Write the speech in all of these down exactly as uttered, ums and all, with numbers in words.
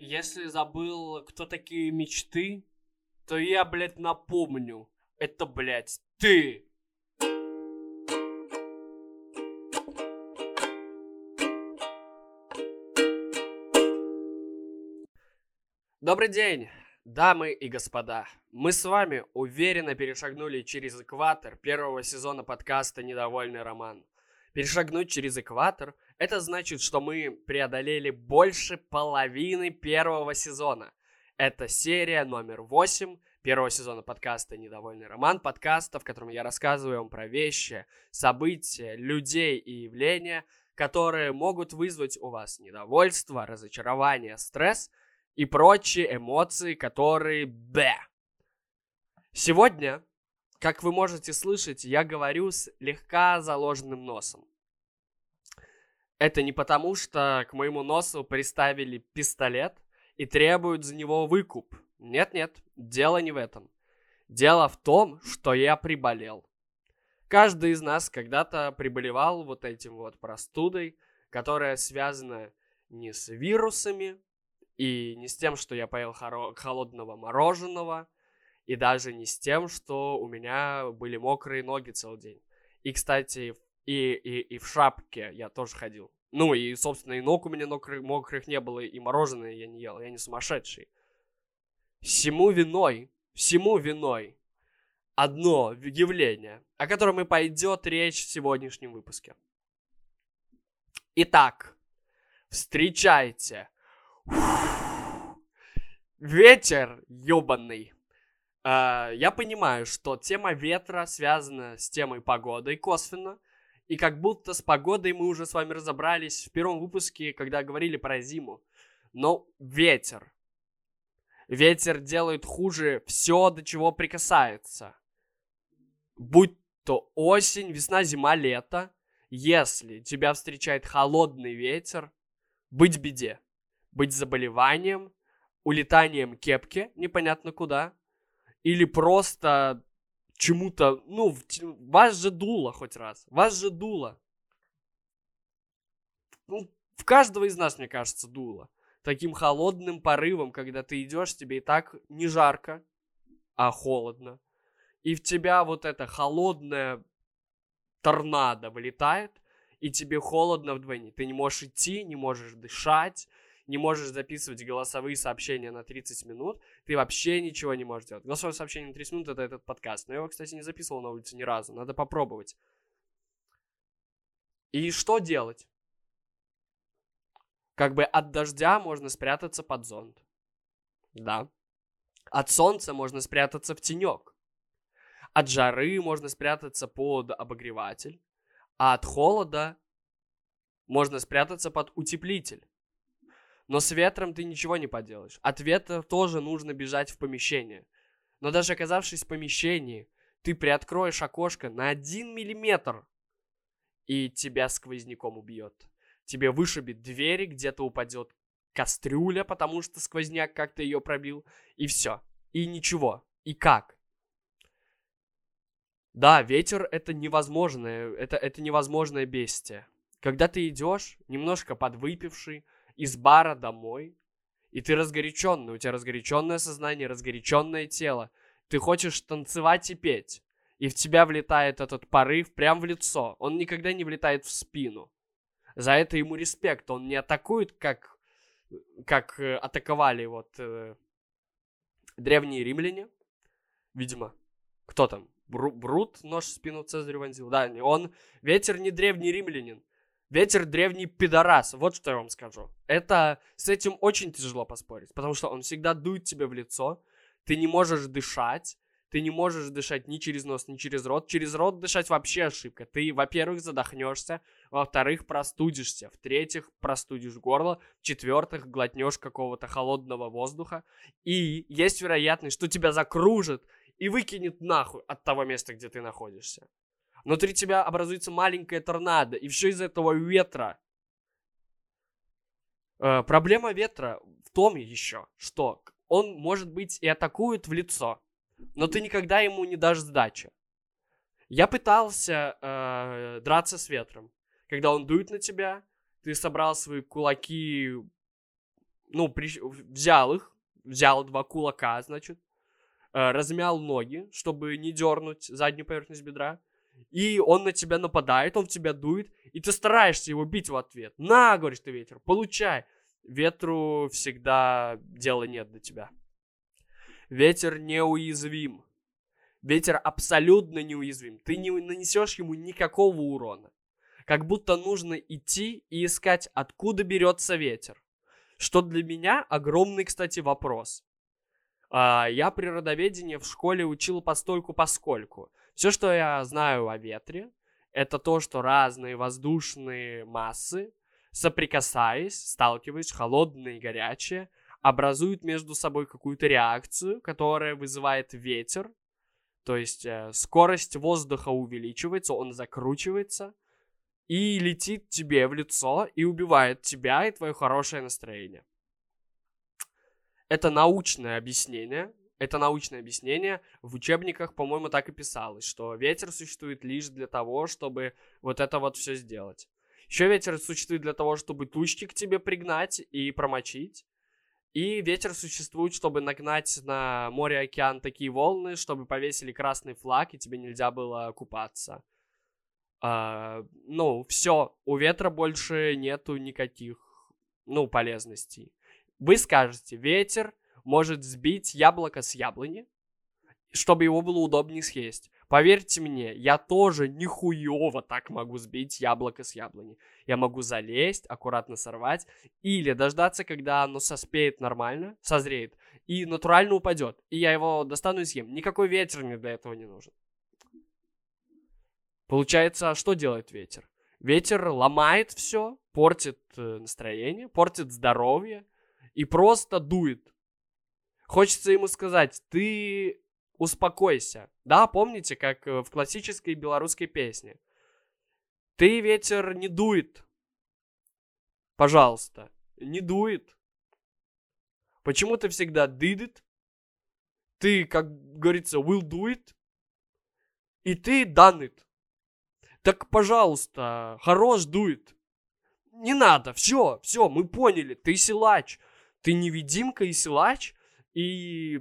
Если забыл, кто такие мечты, то я, блядь, напомню. Это, блядь, ты! Добрый день, дамы и господа. Мы с вами уверенно перешагнули через экватор первого сезона подкаста «Недовольный роман». Перешагнуть через экватор – это значит, что мы преодолели больше половины первого сезона. Это серия номер восемь первого сезона подкаста «Недовольный роман», подкаста, в котором я рассказываю вам про вещи, события, людей и явления, которые могут вызвать у вас недовольство, разочарование, стресс и прочие эмоции, которые б. Сегодня, как вы можете слышать, я говорю с слегка заложенным носом. Это не потому, что к моему носу приставили пистолет и требуют за него выкуп. Нет-нет, дело не в этом. Дело в том, что я приболел. Каждый из нас когда-то приболевал вот этим вот простудой, которая связана не с вирусами, и не с тем, что я поел хоро- холодного мороженого, и даже не с тем, что у меня были мокрые ноги целый день. И, кстати, и, и, и в шапке я тоже ходил. Ну, и, собственно, и ног у меня мокрых, мокрых не было, и мороженое я не ел, я не сумасшедший. Всему виной, всему виной одно явление, о котором и пойдет речь в сегодняшнем выпуске. Итак, встречайте... Ветер ёбаный. Uh, я понимаю, что тема ветра связана с темой погоды косвенно. И как будто с погодой мы уже с вами разобрались в первом выпуске, когда говорили про зиму. Но ветер. Ветер делает хуже все, до чего прикасается. Будь то осень, весна, зима, лето. Если тебя встречает холодный ветер, быть беде. Быть заболеванием, улетанием кепки непонятно куда, или просто чему-то, ну, вас же дуло хоть раз, вас же дуло. Ну, в каждого из нас, мне кажется, дуло. Таким холодным порывом, когда ты идешь, тебе и так не жарко, а холодно. И в тебя вот эта холодная торнадо вылетает, и тебе холодно вдвойне. Ты не можешь идти, не можешь дышать, не можешь записывать голосовые сообщения на тридцать минут, ты вообще ничего не можешь делать. Голосовое сообщение на тридцать минут — это этот подкаст. Но я его, кстати, не записывал на улице ни разу. Надо попробовать. И что делать? Как бы от дождя можно спрятаться под зонт. Да. От солнца можно спрятаться в тенек. От жары можно спрятаться под обогреватель. А от холода можно спрятаться под утеплитель. Но с ветром ты ничего не поделаешь. От ветра тоже нужно бежать в помещение. Но даже оказавшись в помещении, ты приоткроешь окошко на один миллиметр, и тебя сквозняком убьет. Тебе вышибет двери, где-то упадет кастрюля, потому что сквозняк как-то ее пробил. И все. И ничего. И как? Да, ветер — это невозможное, это, это невозможное бестие. Когда ты идешь, немножко подвыпивший, из бара домой, и ты разгоряченный, у тебя разгоряченное сознание, разгоряченное тело, ты хочешь танцевать и петь, и в тебя влетает этот порыв прямо в лицо, он никогда не влетает в спину. За это ему респект, он не атакует, как, как э, атаковали вот э, древние римляне, видимо, кто там, Бру, Брут нож в спину Цезарю вонзил, да, он, ветер не древний римлянин. Ветер — древний пидорас, вот что я вам скажу. Это, с этим очень тяжело поспорить, потому что он всегда дует тебе в лицо, ты не можешь дышать, ты не можешь дышать ни через нос, ни через рот. Через рот дышать вообще ошибка. Ты, во-первых, задохнешься, во-вторых, простудишься, в-третьих, простудишь горло, в-четвертых, глотнешь какого-то холодного воздуха, и есть вероятность, что тебя закружит и выкинет нахуй от того места, где ты находишься. Внутри тебя образуется маленькая торнадо, и все из-за этого ветра. Э, проблема ветра в том еще, что он, может быть, и атакует в лицо, но ты никогда ему не дашь сдачи. Я пытался э, драться с ветром. Когда он дует на тебя, ты собрал свои кулаки ну, при... взял их, взял два кулака, значит, э, размял ноги, чтобы не дернуть заднюю поверхность бедра, и он на тебя нападает, он в тебя дует, и ты стараешься его бить в ответ. На, говоришь ты, ветер, получай. Ветру всегда дела нет до тебя. Ветер неуязвим. Ветер абсолютно неуязвим. Ты не нанесешь ему никакого урона. Как будто нужно идти и искать, откуда берется ветер. Что для меня огромный, кстати, вопрос. А, я природоведение в школе учил постольку-поскольку. Все, что я знаю о ветре, это то, что разные воздушные массы, соприкасаясь, сталкиваясь, холодные и горячие, образуют между собой какую-то реакцию, которая вызывает ветер. То есть э, скорость воздуха увеличивается, он закручивается и летит тебе в лицо и убивает тебя и твое хорошее настроение. Это научное объяснение. Это научное объяснение. В учебниках, по-моему, так и писалось, что ветер существует лишь для того, чтобы вот это вот все сделать. Еще ветер существует для того, чтобы тучки к тебе пригнать и промочить. И ветер существует, чтобы нагнать на море, океан такие волны, чтобы повесили красный флаг, и тебе нельзя было купаться. А, ну, все, у ветра больше нету никаких, ну, полезностей. Вы скажете, ветер может сбить яблоко с яблони, чтобы его было удобнее съесть. Поверьте мне, я тоже нихуево так могу сбить яблоко с яблони. Я могу залезть, аккуратно сорвать, или дождаться, когда оно соспеет нормально, созреет, и натурально упадет. И я его достану и съем. Никакой ветер мне для этого не нужен. Получается, что делает ветер? Ветер ломает все, портит настроение, портит здоровье и просто дует. Хочется ему сказать, ты успокойся. Да, помните, как в классической белорусской песне? Ты, ветер, не дует. Пожалуйста, не дует. Почему ты всегда did it? Ты, как говорится, will do it. И ты done it. Так, пожалуйста, хорош дует. Не надо, все, все, мы поняли, ты силач. Ты невидимка и силач. И...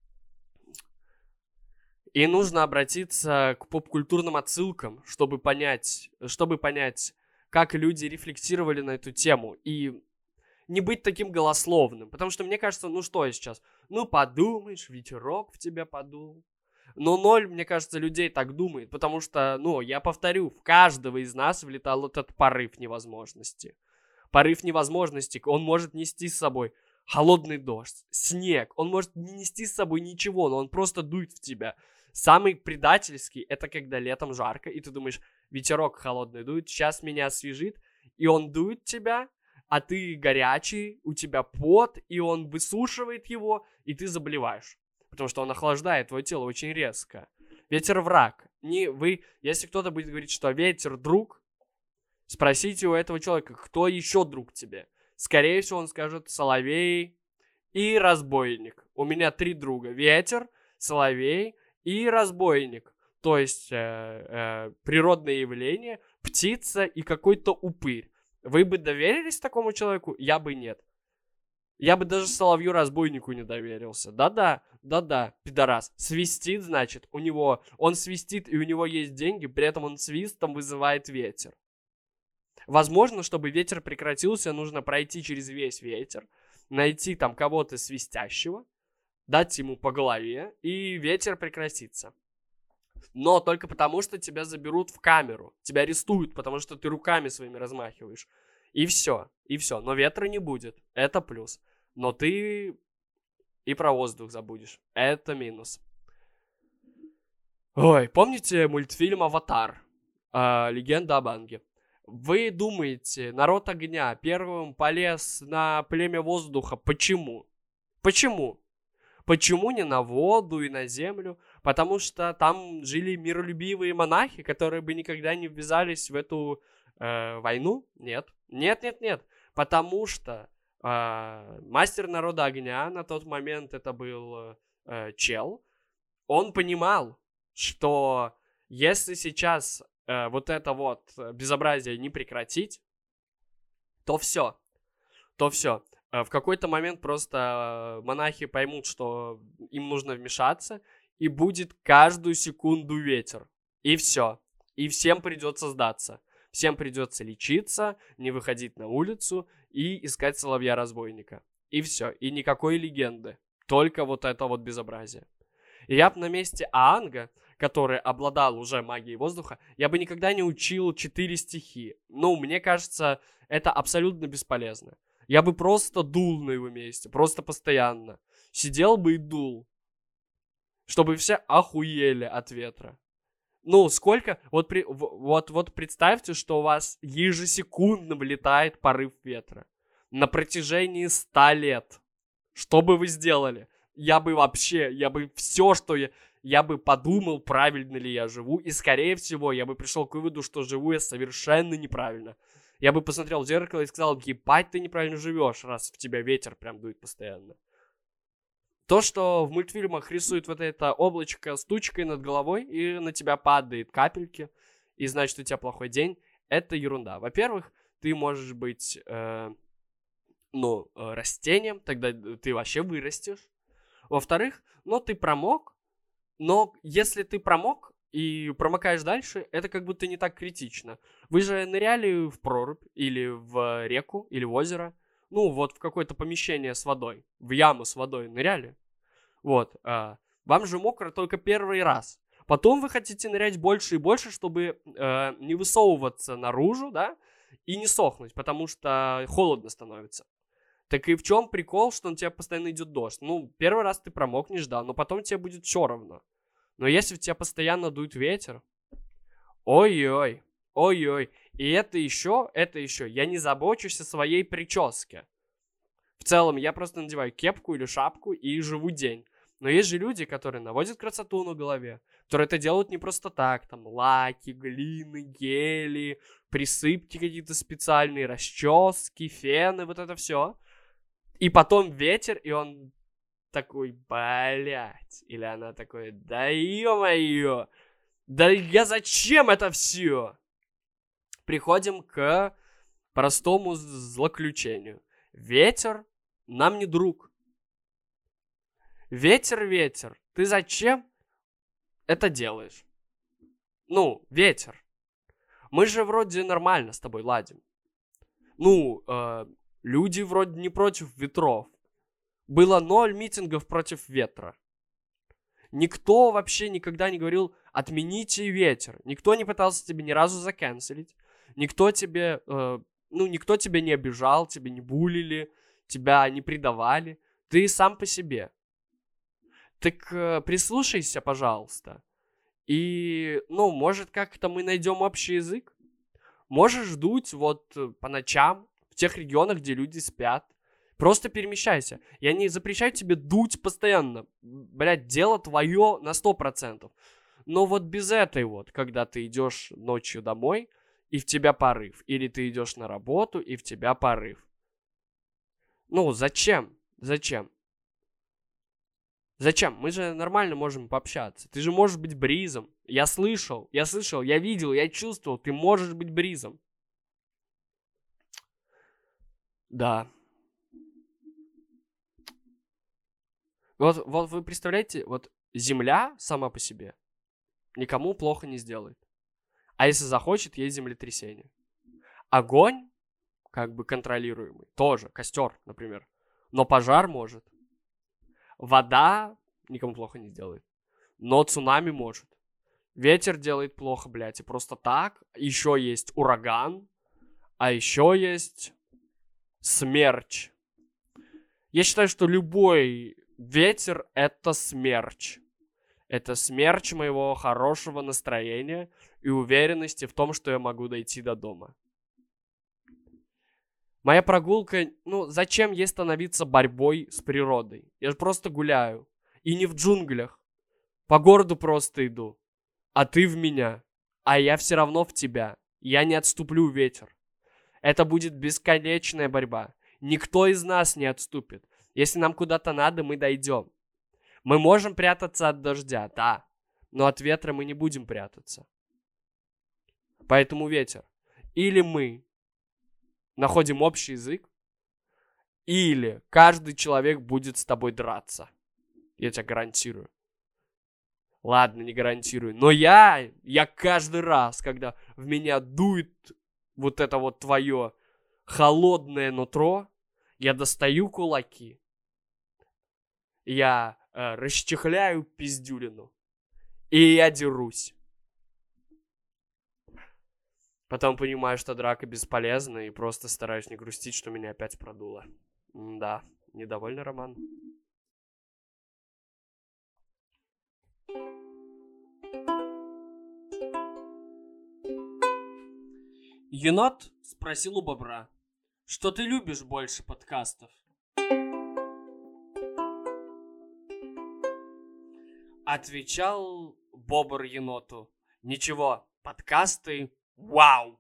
И нужно обратиться к поп-культурным отсылкам, чтобы понять, чтобы понять, как люди рефлексировали на эту тему. И не быть таким голословным. Потому что мне кажется, ну что я сейчас? Ну подумаешь, ветерок в тебя подул. Но ноль, мне кажется, людей так думает. Потому что, ну, я повторю, в каждого из нас влетал этот порыв невозможности. Порыв невозможности, он может нести с собой холодный дождь, снег. Он может не нести с собой ничего, но он просто дует в тебя. Самый предательский, это когда летом жарко, и ты думаешь, ветерок холодный дует, сейчас меня освежит, и он дует тебя, а ты горячий, у тебя пот, и он высушивает его, и ты заболеваешь. Потому что он охлаждает твое тело очень резко. Ветер враг. Не вы, если кто-то будет говорить, что ветер друг, спросите у этого человека, кто еще друг тебе. Скорее всего, он скажет соловей и разбойник. У меня три друга. Ветер, соловей и разбойник. То есть э, э, природное явление, птица и какой-то упырь. Вы бы доверились такому человеку? Я бы нет. Я бы даже соловью-разбойнику не доверился. Да-да, да-да, пидорас. Свистит, значит, у него... Он свистит, и у него есть деньги, при этом он свистом вызывает ветер. Возможно, чтобы ветер прекратился, нужно пройти через весь ветер, найти там кого-то свистящего, дать ему по голове, и ветер прекратится. Но только потому, что тебя заберут в камеру. Тебя арестуют, потому что ты руками своими размахиваешь. И все, и все. Но ветра не будет. Это плюс. Но ты и про воздух забудешь. Это минус. Ой, помните мультфильм «Аватар»? Э, «Легенда об Аанге». Вы думаете, народ огня первым полез на племя воздуха? Почему? Почему? Почему не на воду и на землю? Потому что там жили миролюбивые монахи, которые бы никогда не ввязались в эту э, войну? Нет. Нет, нет, нет. Потому что э, мастер народа огня, на тот момент это был э, чел, он понимал, что если сейчас э, вот это вот безобразие не прекратить, то все. То все. В какой-то момент просто монахи поймут, что им нужно вмешаться, и будет каждую секунду ветер. И все. И всем придется сдаться. Всем придется лечиться, не выходить на улицу и искать соловья-разбойника. И все. И никакой легенды. Только вот это вот безобразие. И я бы на месте Аанга, который обладал уже магией воздуха, я бы никогда не учил четыре стихии. Ну, мне кажется, это абсолютно бесполезно. Я бы просто дул на его месте, просто постоянно. Сидел бы и дул. Чтобы все охуели от ветра. Ну, сколько... Вот, при, вот, вот представьте, что у вас ежесекундно влетает порыв ветра. На протяжении ста лет. Что бы вы сделали? Я бы вообще... Я бы все, что я... Я бы подумал, правильно ли я живу. И, скорее всего, я бы пришел к выводу, что живу я совершенно неправильно. Я бы посмотрел в зеркало и сказал: ебать, ты неправильно живешь, раз в тебя ветер прям дует постоянно. То, что в мультфильмах рисует вот это облачко с тучкой над головой, и на тебя падает капельки, и значит, у тебя плохой день, это ерунда. Во-первых, ты можешь быть, э, ну, растением, тогда ты вообще вырастешь. Во-вторых, ну, ты промок, но если ты промок, и промокаешь дальше, это как будто не так критично. Вы же ныряли в прорубь, или в реку, или в озеро. Ну, вот в какое-то помещение с водой. В яму с водой ныряли. Вот. А, вам же мокро только первый раз. Потом вы хотите нырять больше и больше, чтобы э, не высовываться наружу, да, и не сохнуть, потому что холодно становится. Так и в чем прикол, что на тебя постоянно идет дождь? Ну, первый раз ты промокнешь, да, но потом тебе будет все равно. Но если в тебя постоянно дует ветер, ой-ой, ой-ой. И это еще, это еще, я не забочусь о своей прическе. В целом, я просто надеваю кепку или шапку и живу день. Но есть же люди, которые наводят красоту на голове, которые это делают не просто так. Там лаки, глины, гели, присыпки какие-то специальные, расчески, фены, вот это все. И потом ветер, и он... такой, блять, или она такой, да ё-моё, да я зачем это все? Приходим к простому злоключению. Ветер нам не друг. Ветер, ветер, ты зачем это делаешь? Ну, ветер. Мы же вроде нормально с тобой ладим. Ну, э, люди вроде не против ветров. Было ноль митингов против ветра. Никто вообще никогда не говорил: отмените ветер. Никто не пытался тебе ни разу заканцелить. Никто тебе, э, ну, никто тебя не обижал, тебя не булили, тебя не предавали. Ты сам по себе. Так э, прислушайся, пожалуйста. И, ну, может, как-то мы найдем общий язык? Можешь дуть вот по ночам в тех регионах, где люди спят. Просто перемещайся. Я не запрещаю тебе дуть постоянно. Блядь, дело твое на сто процентов. Но вот без этой вот, когда ты идешь ночью домой, и в тебя порыв. Или ты идешь на работу, и в тебя порыв. Ну, зачем? Зачем? Зачем? Мы же нормально можем пообщаться. Ты же можешь быть бризом. Я слышал, я слышал, я видел, я чувствовал. Ты можешь быть бризом. Да. Вот, вот вы представляете, вот Земля сама по себе никому плохо не сделает. А если захочет, есть землетрясение. Огонь, как бы контролируемый, тоже, костер, например. Но пожар может. Вода никому плохо не сделает. Но цунами может. Ветер делает плохо, блядь, и просто так. Еще есть ураган. А еще есть смерч. Я считаю, что любой ветер — это смерч. Это смерч моего хорошего настроения и уверенности в том, что я могу дойти до дома. Моя прогулка, ну, зачем ей становиться борьбой с природой? Я же просто гуляю. И не в джунглях. По городу просто иду. А ты в меня. А я все равно в тебя. Я не отступлю, ветер. Это будет бесконечная борьба. Никто из нас не отступит. Если нам куда-то надо, мы дойдем. Мы можем прятаться от дождя, да. Но от ветра мы не будем прятаться. Поэтому ветер. Или мы находим общий язык, или каждый человек будет с тобой драться. Я тебя гарантирую. Ладно, не гарантирую. Но я, я каждый раз, когда в меня дует вот это вот твое холодное нутро, я достаю кулаки, я э, расчехляю пиздюлину, и я дерусь. Потом понимаю, что драка бесполезна, и просто стараюсь не грустить, что меня опять продуло. Да, недовольный Роман. Енот спросил у бобра: что ты любишь больше подкастов? Отвечал бобр еноту: ничего, подкасты, вау!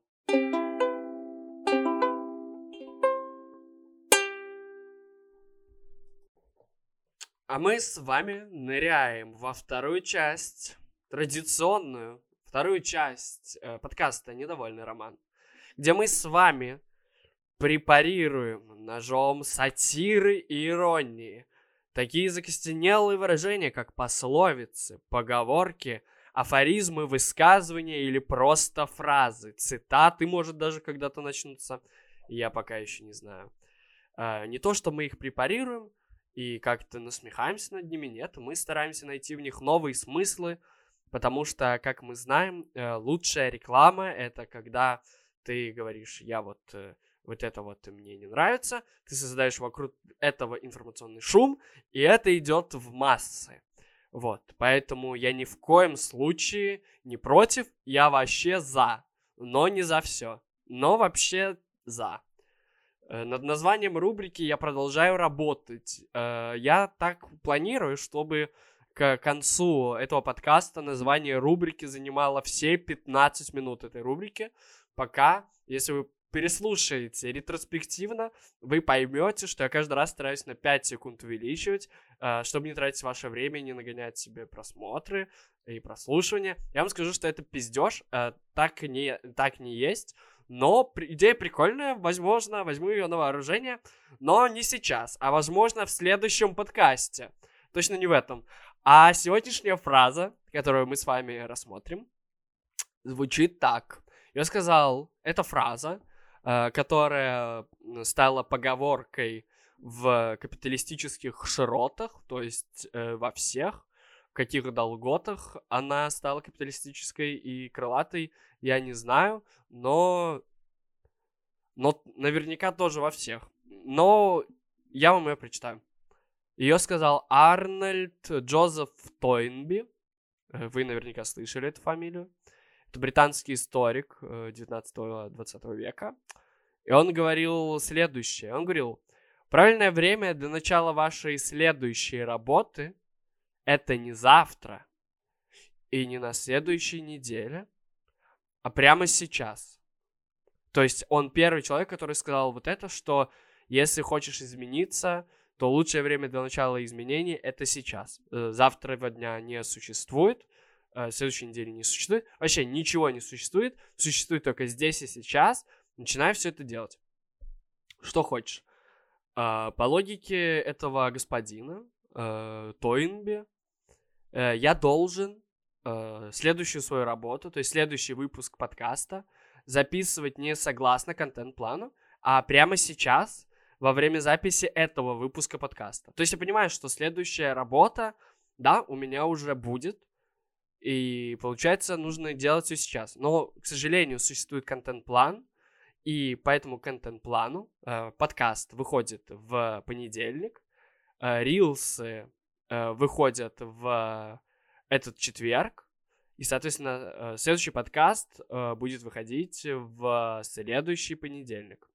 А мы с вами ныряем во вторую часть, традиционную вторую часть э, подкаста «Недовольный Роман», где мы с вами препарируем ножом сатиры и иронии такие закостенелые выражения, как пословицы, поговорки, афоризмы, высказывания или просто фразы. Цитаты, может, даже когда-то начнутся. Я пока еще не знаю. А, не то, что мы их препарируем и как-то насмехаемся над ними, нет. Мы стараемся найти в них новые смыслы, потому что, как мы знаем, лучшая реклама — это когда ты говоришь: я вот... вот это вот мне не нравится, ты создаешь вокруг этого информационный шум, и это идет в массы. Вот, поэтому я ни в коем случае не против, я вообще за, но не за все, но вообще за. Над названием рубрики я продолжаю работать. Я так планирую, чтобы к концу этого подкаста название рубрики занимало все пятнадцать минут этой рубрики, пока, если вы переслушаете ретроспективно, вы поймете, что я каждый раз стараюсь на пять секунд увеличивать, чтобы не тратить ваше время, не нагонять себе просмотры и прослушивания. Я вам скажу, что это пиздеж, так не, так не есть, но идея прикольная, возможно, возьму ее на вооружение, но не сейчас, а возможно в следующем подкасте, точно не в этом. А сегодняшняя фраза, которую мы с вами рассмотрим, звучит так. Я сказал, эта фраза, которая стала поговоркой в капиталистических широтах, то есть э, во всех, в каких долготах она стала капиталистической и крылатой, я не знаю, но, но наверняка тоже во всех. Но я вам ее прочитаю. Ее сказал Арнольд Джозеф Тойнби. Вы наверняка слышали эту фамилию. Это британский историк девятнадцатого-двадцатого века. И он говорил следующее. Он говорил: правильное время для начала вашей следующей работы — это не завтра и не на следующей неделе, а прямо сейчас. То есть он первый человек, который сказал вот это, что если хочешь измениться, то лучшее время для начала изменений — это сейчас. Завтрашнего дня не существует. Следующей недели не существует. Вообще ничего не существует. Существует только здесь и сейчас. Начинай все это делать. Что хочешь. По логике этого господина Тойнби, я должен следующую свою работу, то есть следующий выпуск подкаста, записывать не согласно контент-плану, а прямо сейчас, во время записи этого выпуска подкаста. То есть я понимаю, что следующая работа, да, у меня уже будет. И, получается, нужно делать все сейчас. Но, к сожалению, существует контент-план, и по этому контент-плану э, подкаст выходит в понедельник, э, рилсы э, выходят в этот четверг, и, соответственно, э, следующий подкаст э, будет выходить в следующий понедельник.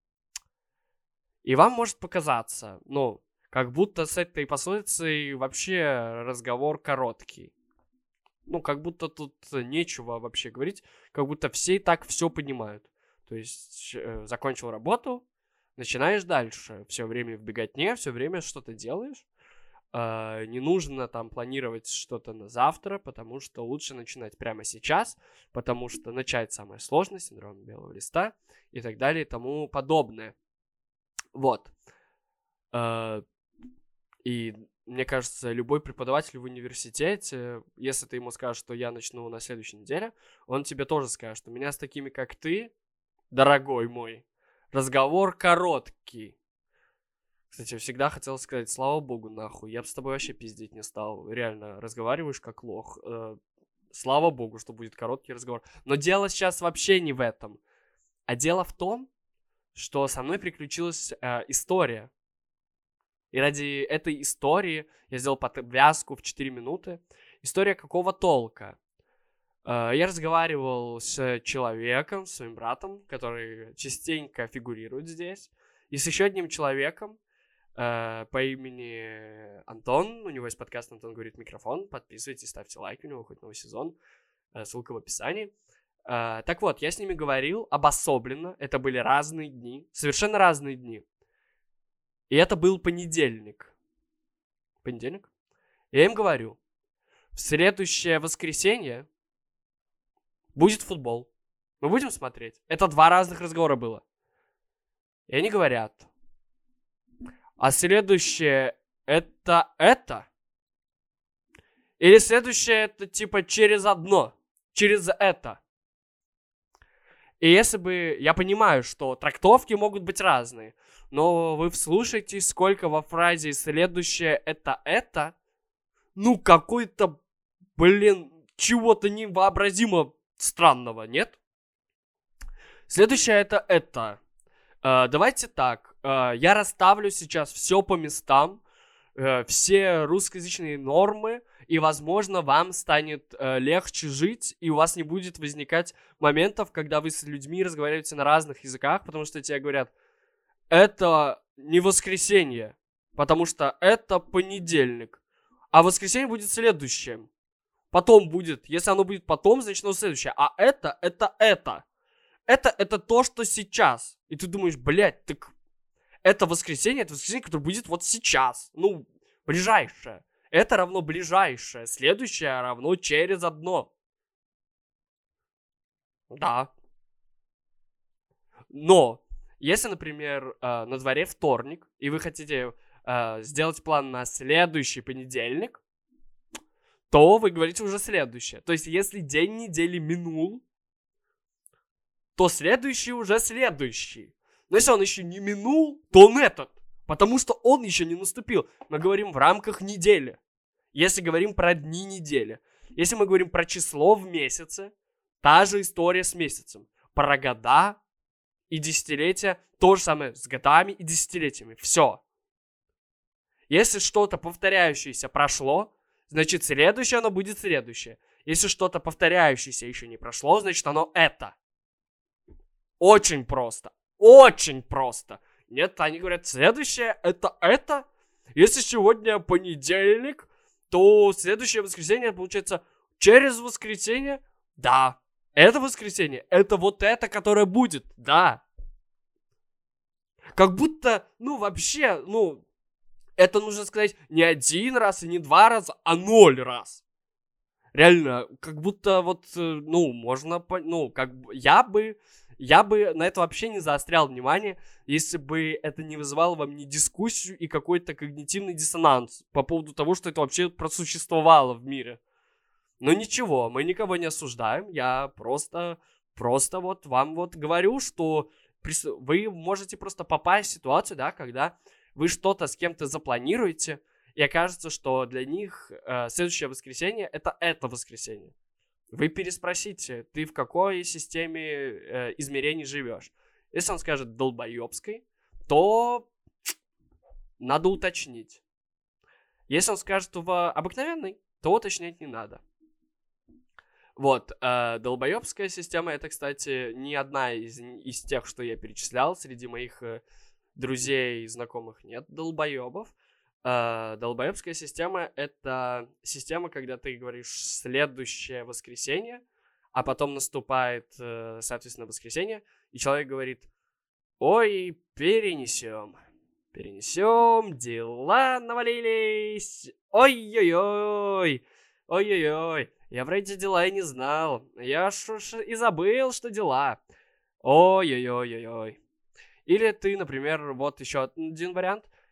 И вам может показаться, ну, как будто с этой пословицей вообще разговор короткий. Ну, как будто тут нечего вообще говорить, как будто все и так все понимают. То есть э, закончил работу, начинаешь дальше. Все время в беготне, все время что-то делаешь. Э, не нужно там планировать что-то на завтра, потому что лучше начинать прямо сейчас, потому что начать самое сложное, синдром белого листа и так далее и тому подобное. Вот. Э, и мне кажется, любой преподаватель в университете, если ты ему скажешь, что я начну на следующей неделе, он тебе тоже скажет, что меня с такими, как ты, дорогой мой, разговор короткий. Кстати, всегда хотел сказать, слава богу, нахуй, я бы с тобой вообще пиздеть не стал. Реально, разговариваешь как лох. Э, слава богу, что будет короткий разговор. Но дело сейчас вообще не в этом. А дело в том, что со мной приключилась э, история. И ради этой истории я сделал подвязку в четыре минуты. История какого толка? Э, я разговаривал с человеком, с своим братом, который частенько фигурирует здесь, и с еще одним человеком э, по имени Антон. У него есть подкаст «Антон говорит микрофон». Подписывайтесь, ставьте лайки, у него хоть новый сезон. Э, ссылка в описании. Э, так вот, я с ними говорил обособленно. Это были разные дни, совершенно разные дни. И это был понедельник. Понедельник? Я им говорю, в следующее воскресенье будет футбол. Мы будем смотреть. Это два разных разговора было. И они говорят, а следующее это это? Или следующее это типа через одно? Через это? И если бы... Я понимаю, что трактовки могут быть разные, но вы вслушайтесь, сколько во фразе «следующее это это», ну, какой-то, блин, чего-то невообразимо странного, нет? Следующее это это. Э, давайте так, э, я расставлю сейчас все по местам, э, все русскоязычные нормы, и, возможно, вам станет э, легче жить, и у вас не будет возникать моментов, когда вы с людьми разговариваете на разных языках, потому что тебе говорят, это не воскресенье, потому что это понедельник, а воскресенье будет следующим. Потом будет, если оно будет потом, значит оно следующее, а это, это, это. Это, это то, что сейчас. И ты думаешь, блядь, так это воскресенье, это воскресенье, которое будет вот сейчас. Ну, ближайшее. Это равно ближайшее. Следующее равно через одно. Да. Но, если, например, э, на дворе вторник, и вы хотите э, сделать план на следующий понедельник, то вы говорите уже следующее. То есть, если день недели минул, то следующий уже следующий. Но если он еще не минул, то он этот. Потому что он еще не наступил. Мы говорим в рамках недели. Если говорим про дни недели. Если мы говорим про число в месяце, та же история с месяцем. Про года и десятилетия, то же самое с годами и десятилетиями. Все. Если что-то повторяющееся прошло, значит следующее оно будет следующее. Если что-то повторяющееся еще не прошло, значит оно это. Очень просто. Очень просто. Нет, они говорят, следующее это это. Если сегодня понедельник, то следующее воскресенье получается через воскресенье. Да, это воскресенье. Это вот это, которое будет. Да. Как будто, ну вообще, ну, это нужно сказать не один раз и не два раза, а ноль раз. Реально, как будто вот, ну, можно, ну, как бы, я бы... Я бы на это вообще не заострял внимание, если бы это не вызывало во мне дискуссию и какой-то когнитивный диссонанс по поводу того, что это вообще просуществовало в мире. Но ничего, мы никого не осуждаем, я просто, просто вот вам вот говорю, что вы можете просто попасть в ситуацию, да, когда вы что-то с кем-то запланируете, и окажется, что для них э, следующее воскресенье это это воскресенье. Вы переспросите, ты в какой системе э, измерений живешь. Если он скажет долбоебской, то надо уточнить. Если он скажет в обыкновенной, то уточнять не надо. Вот, э, долбоебская система, это, кстати, не одна из, из тех, что я перечислял. Среди моих э, друзей и знакомых нет долбоебов. Uh, долбоебская система — это система, когда ты говоришь следующее воскресенье, а потом наступает, uh, соответственно, воскресенье, и человек говорит, ой, перенесем, перенесем, дела навалились, ой-ой-ой, ой-ой-ой, я про эти дела и не знал, я ж и забыл, что дела, ой-ой-ой-ой-ой. Или ты, например, вот еще один вариант,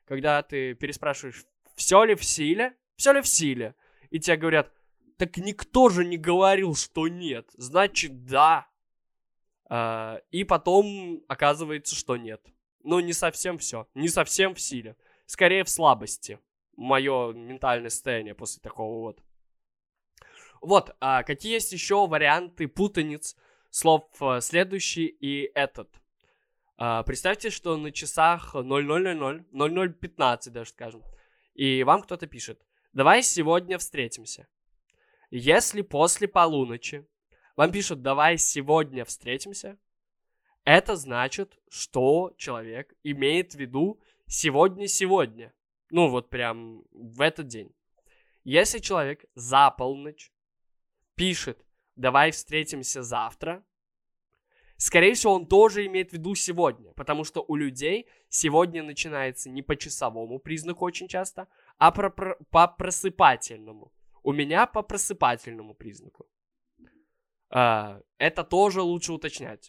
когда ты переспрашиваешь, все ли в силе, все ли в силе, и тебе говорят, так никто же не говорил, что нет, значит да. А, и потом оказывается, что нет. Ну, не совсем все, не совсем в силе, скорее в слабости. Мое ментальное состояние после такого вот. Вот, а какие есть еще варианты путаниц слов следующий и этот? А, представьте, что на часах ноль ноль ноль ноль, ноль ноль пятнадцать даже скажем, и вам кто-то пишет, давай сегодня встретимся. Если после полуночи вам пишут, давай сегодня встретимся, это значит, что человек имеет в виду сегодня-сегодня. Ну, вот прям в этот день. Если человек за полночь пишет, давай встретимся завтра, скорее всего, он тоже имеет в виду сегодня, потому что у людей сегодня начинается не по часовому признаку очень часто, а про, про, по просыпательному. У меня по просыпательному признаку. А, это тоже лучше уточнять.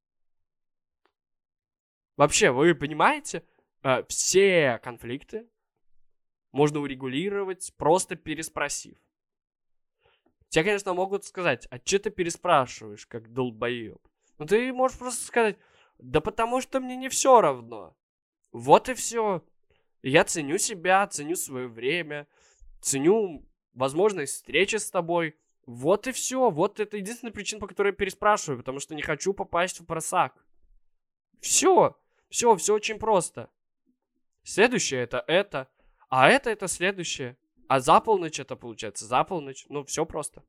Вообще, вы понимаете, а, все конфликты можно урегулировать, просто переспросив. Тебе, конечно, могут сказать, а что ты переспрашиваешь, как долбоеб? Ну, ты можешь просто сказать, да потому что мне не все равно. Вот и все. Я ценю себя, ценю свое время, ценю возможность встречи с тобой. Вот и все. Вот это единственная причина, по которой я переспрашиваю, потому что не хочу попасть в просак. Все. Все, все очень просто. Следующее это это, а это это следующее. А за полночь это получается за полночь. Ну, все просто.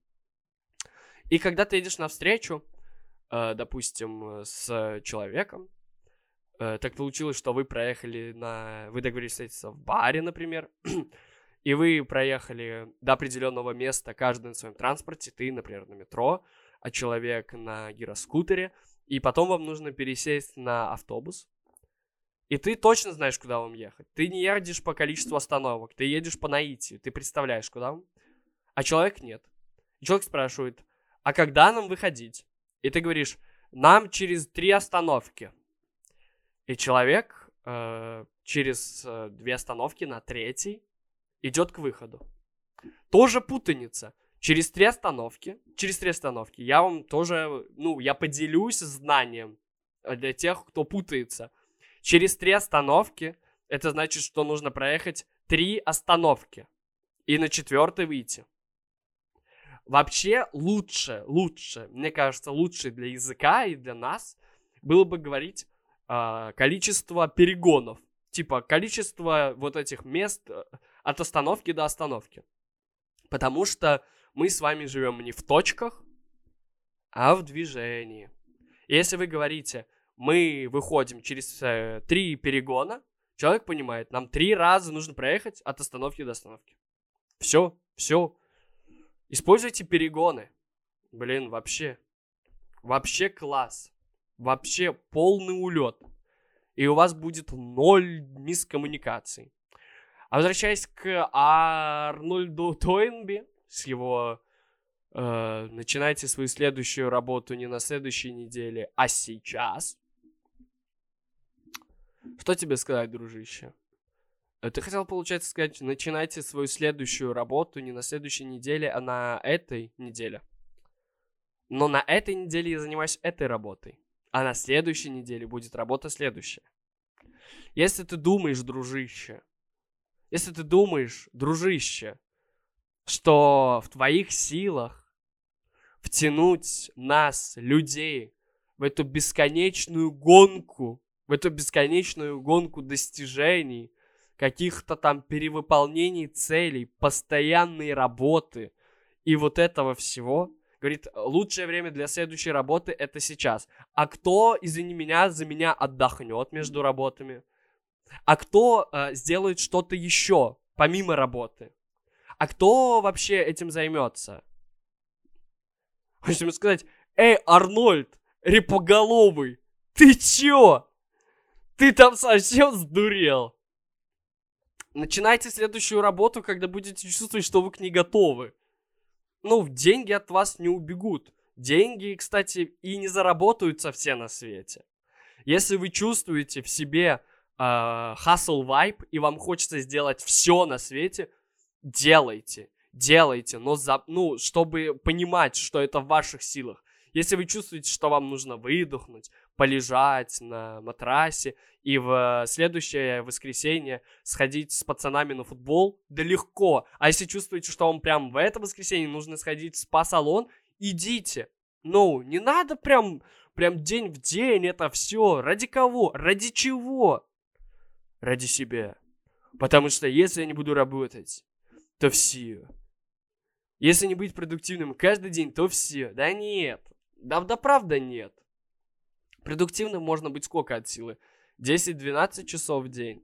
И когда ты едешь навстречу, э, допустим, с человеком, э, так получилось, что вы проехали на... Вы договорились встретиться в баре, например, и вы проехали до определенного места, каждый на своем транспорте, ты, например, на метро, а человек на гироскутере, и потом вам нужно пересесть на автобус. И ты точно знаешь, куда вам ехать. Ты не едешь по количеству остановок, ты едешь по наитию, ты представляешь, куда вам. А человек нет. И человек спрашивает, а когда нам выходить? И ты говоришь, нам через три остановки. И человек э, через э, две остановки на третий идет к выходу. Тоже путаница. Через три остановки, через три остановки я вам тоже, ну, я поделюсь знанием для тех, кто путается. Через три остановки, это значит, что нужно проехать три остановки и на четвертой выйти. Вообще лучше, лучше, мне кажется, лучше для языка и для нас было бы говорить э, количество перегонов. Типа количество вот этих мест от остановки до остановки. Потому что мы с вами живем не в точках, а в движении. Если вы говорите... Мы выходим через э, три перегона. Человек понимает, нам три раза нужно проехать от остановки до остановки. Все, все. Используйте перегоны. Блин, вообще. Вообще класс. Вообще полный улет. И у вас будет ноль мискоммуникаций. А возвращаясь к Арнольду Тойнби с его... Э, начинайте свою следующую работу не на следующей неделе, а сейчас. Что тебе сказать, дружище? Ты хотел, получается, сказать, начинайте свою следующую работу не на следующей неделе, а на этой неделе. Но на этой неделе я занимаюсь этой работой, а на следующей неделе будет работа следующая. Если ты думаешь, дружище, если ты думаешь, дружище, что в твоих силах втянуть нас, людей, в эту бесконечную гонку, в эту бесконечную гонку достижений, каких-то там перевыполнений целей, постоянной работы и вот этого всего. Говорит, лучшее время для следующей работы это сейчас. А кто, извини меня, за меня отдохнет между работами? А кто э, сделает что-то еще, помимо работы? А кто вообще этим займется? Хочется ему сказать, эй, Арнольд, репоголовый, ты чё? Ты там совсем сдурел? Начинайте следующую работу, когда будете чувствовать, что вы к ней готовы. Ну, деньги от вас не убегут. Деньги, кстати, и не заработаются все на свете. Если вы чувствуете в себе hustle vibe, и вам хочется сделать все на свете, делайте, делайте, но за, ну, чтобы понимать, что это в ваших силах. Если вы чувствуете, что вам нужно выдохнуть, полежать на матрасе и в следующее воскресенье сходить с пацанами на футбол, да легко. А если чувствуете, что вам прям в это воскресенье нужно сходить в спа-салон, идите. Ну, не надо прям, прям день в день это все. Ради кого? Ради чего? Ради себя. Потому что если я не буду работать, то все. Если не быть продуктивным каждый день, то все. Да нет. Да, да правда нет. Продуктивным можно быть сколько от силы? десять-двенадцать часов в день.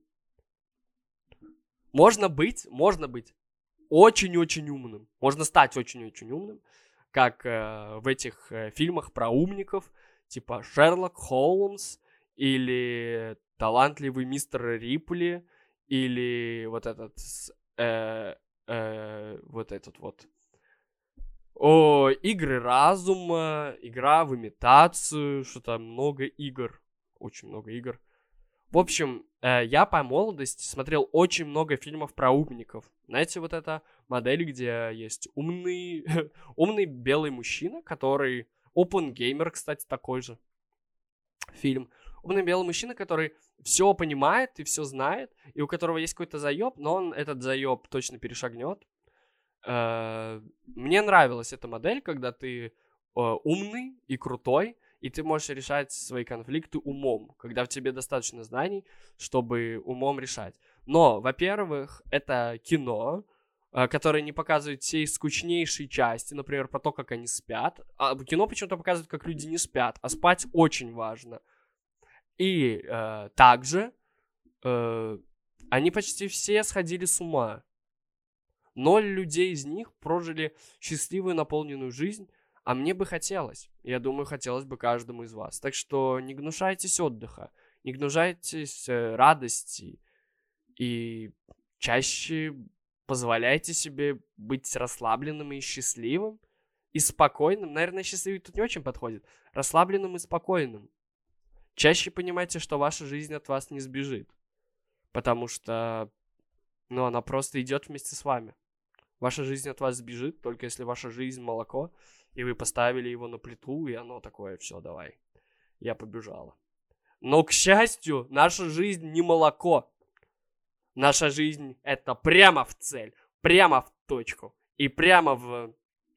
Можно быть, можно быть очень-очень умным. Можно стать очень-очень умным. Как э, в этих э, фильмах про умников. Типа Шерлок Холмс. Или талантливый мистер Рипли. Или вот этот... Э, э, вот этот вот... О, игры разума, игра в имитацию, что-то много игр, очень много игр. В общем, э, я по молодости смотрел очень много фильмов про умников. Знаете, вот эта модель, где есть умный, умный белый мужчина, который... Оппенгеймер, кстати, такой же фильм. Умный белый мужчина, который все понимает и все знает, и у которого есть какой-то заеб, но он этот заеб точно перешагнет. Мне нравилась эта модель, когда ты э, умный и крутой, и ты можешь решать свои конфликты умом, когда в тебе достаточно знаний, чтобы умом решать. Но, во-первых, это кино, э, которое не показывает всей скучнейшей части, например, про то, как они спят. А кино почему-то показывает, как люди не спят, а спать очень важно. И э, также э, они почти все сходили с ума. Ноль людей из них прожили счастливую, наполненную жизнь, а мне бы хотелось. Я думаю, хотелось бы каждому из вас. Так что не гнушайтесь отдыха, не гнушайтесь э, радости и чаще позволяйте себе быть расслабленным и счастливым, и спокойным. Наверное, счастливый тут не очень подходит. Расслабленным и спокойным. Чаще понимайте, что ваша жизнь от вас не сбежит, потому что, ну, она просто идет вместе с вами. Ваша жизнь от вас сбежит, только если ваша жизнь молоко, и вы поставили его на плиту, и оно такое, все, давай, я побежала. Но, к счастью, наша жизнь не молоко. Наша жизнь — это прямо в цель, прямо в точку, и прямо в...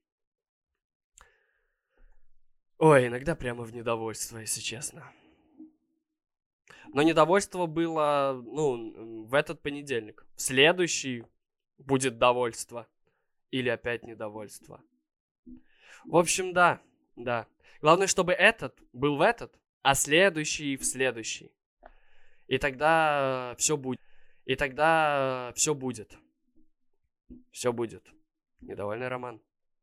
Ой, иногда прямо в недовольство, если честно. Но недовольство было, ну, в этот понедельник. В следующий будет довольство. Или опять недовольство. В общем, да, да. Главное, чтобы этот был в этот, а следующий в следующий. И тогда все будет. И тогда все будет. Все будет. Недовольный роман.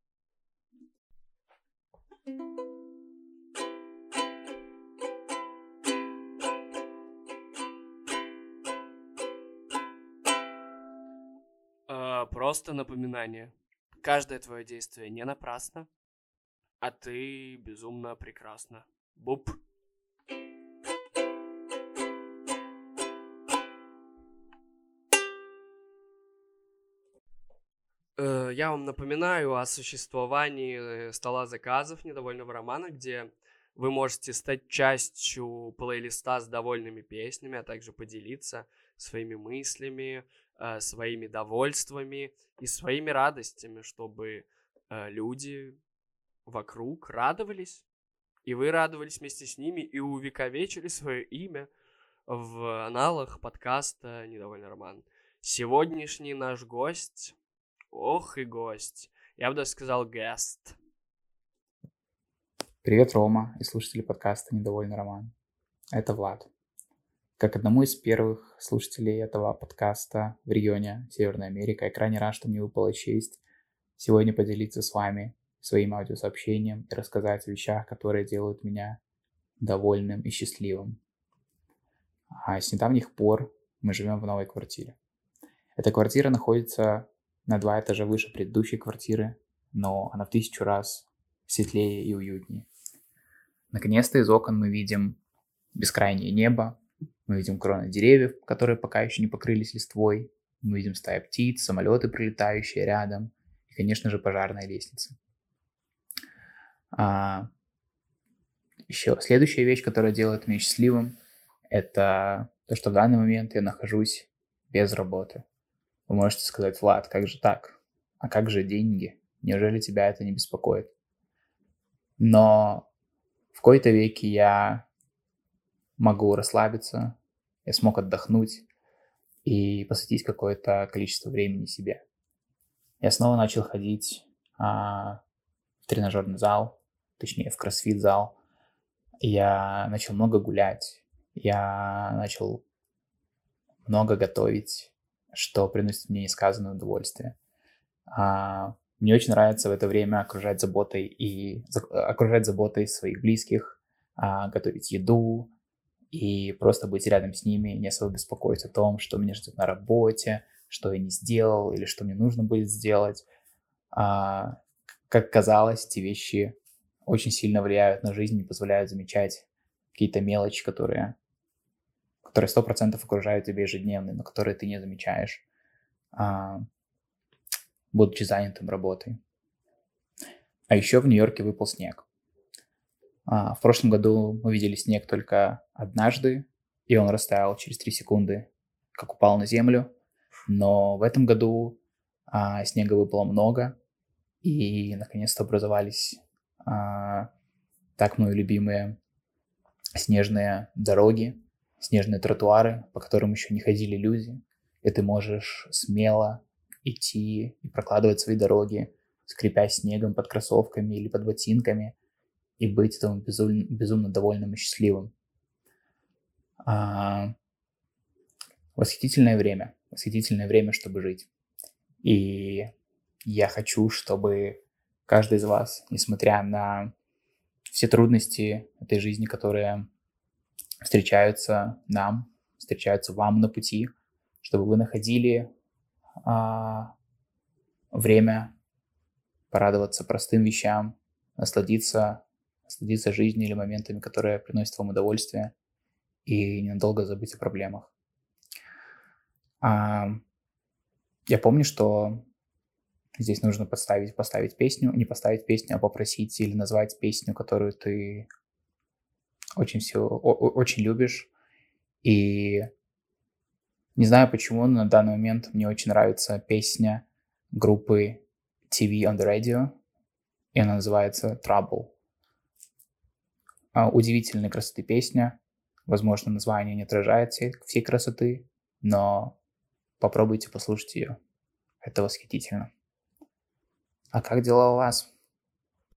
Uh, просто напоминание. Каждое твое действие не напрасно, а ты безумно прекрасна. Буп. Uh, я вам напоминаю о существовании стола заказов недовольного романа, где вы можете стать частью плейлиста с довольными песнями, а также поделиться своими мыслями, своими довольствами и своими радостями, чтобы э, люди вокруг радовались, и вы радовались вместе с ними и увековечили свое имя в аналах подкаста «Недовольный роман». Сегодняшний наш гость, ох и гость, я бы даже сказал guest. Привет, Рома и слушатели подкаста «Недовольный роман». Это Влад. Как одному из первых слушателей этого подкаста в регионе Северная Америка, я крайне рад, что мне выпала честь сегодня поделиться с вами своим аудиосообщением и рассказать о вещах, которые делают меня довольным и счастливым. А с недавних пор мы живем в новой квартире. Эта квартира находится на два этажа выше предыдущей квартиры, но она в тысячу раз светлее и уютнее. Наконец-то из окон мы видим бескрайнее небо, Мы видим кроны деревьев, которые пока еще не покрылись листвой. Мы видим стаи птиц, самолеты, прилетающие рядом. И, конечно же, пожарная лестница. А, еще следующая вещь, которая делает меня счастливым, это то, что в данный момент я нахожусь без работы. Вы можете сказать: Влад, как же так? А как же деньги? Неужели тебя это не беспокоит? Но в кои-то веки я могу расслабиться, я смог отдохнуть и посвятить какое-то количество времени себе. Я снова начал ходить а, в тренажерный зал, точнее в кроссфит-зал. Я начал много гулять, я начал много готовить, что приносит мне несказанное удовольствие. А, мне очень нравится в это время окружать заботой и окружать заботой своих близких, а, готовить еду и просто быть рядом с ними, не особо беспокоиться о том, что меня ждет на работе, что я не сделал или что мне нужно будет сделать. А, как казалось, эти вещи очень сильно влияют на жизнь и позволяют замечать какие-то мелочи, которые которые сто процентов окружают тебя ежедневно, но которые ты не замечаешь, а, будучи занятым работой. А еще в Нью-Йорке выпал снег. А, в прошлом году мы видели снег только однажды, и он растаял через три секунды, как упал на землю. Но в этом году а, снега выпало много, и наконец-то образовались а, так мною любимые снежные дороги, снежные тротуары, по которым еще не ходили люди. И ты можешь смело идти и прокладывать свои дороги, скрипя снегом под кроссовками или под ботинками, и быть этому безумно, безумно довольным и счастливым. А, восхитительное время. Восхитительное время, чтобы жить. И я хочу, чтобы каждый из вас, несмотря на все трудности этой жизни, которые встречаются нам, встречаются вам на пути, чтобы вы находили а, время порадоваться простым вещам, насладиться, насладиться жизнью или моментами, которые приносят вам удовольствие, и ненадолго забыть о проблемах. А, я помню, что здесь нужно поставить, поставить песню, не поставить песню, а попросить или назвать песню, которую ты очень, все, о, очень любишь. И не знаю почему, но на данный момент мне очень нравится песня группы ти ви on the Radio, и она называется Trouble. Удивительной красоты песня. Возможно, название не отражает всей, всей красоты, но попробуйте послушать ее. Это восхитительно. А как дела у вас?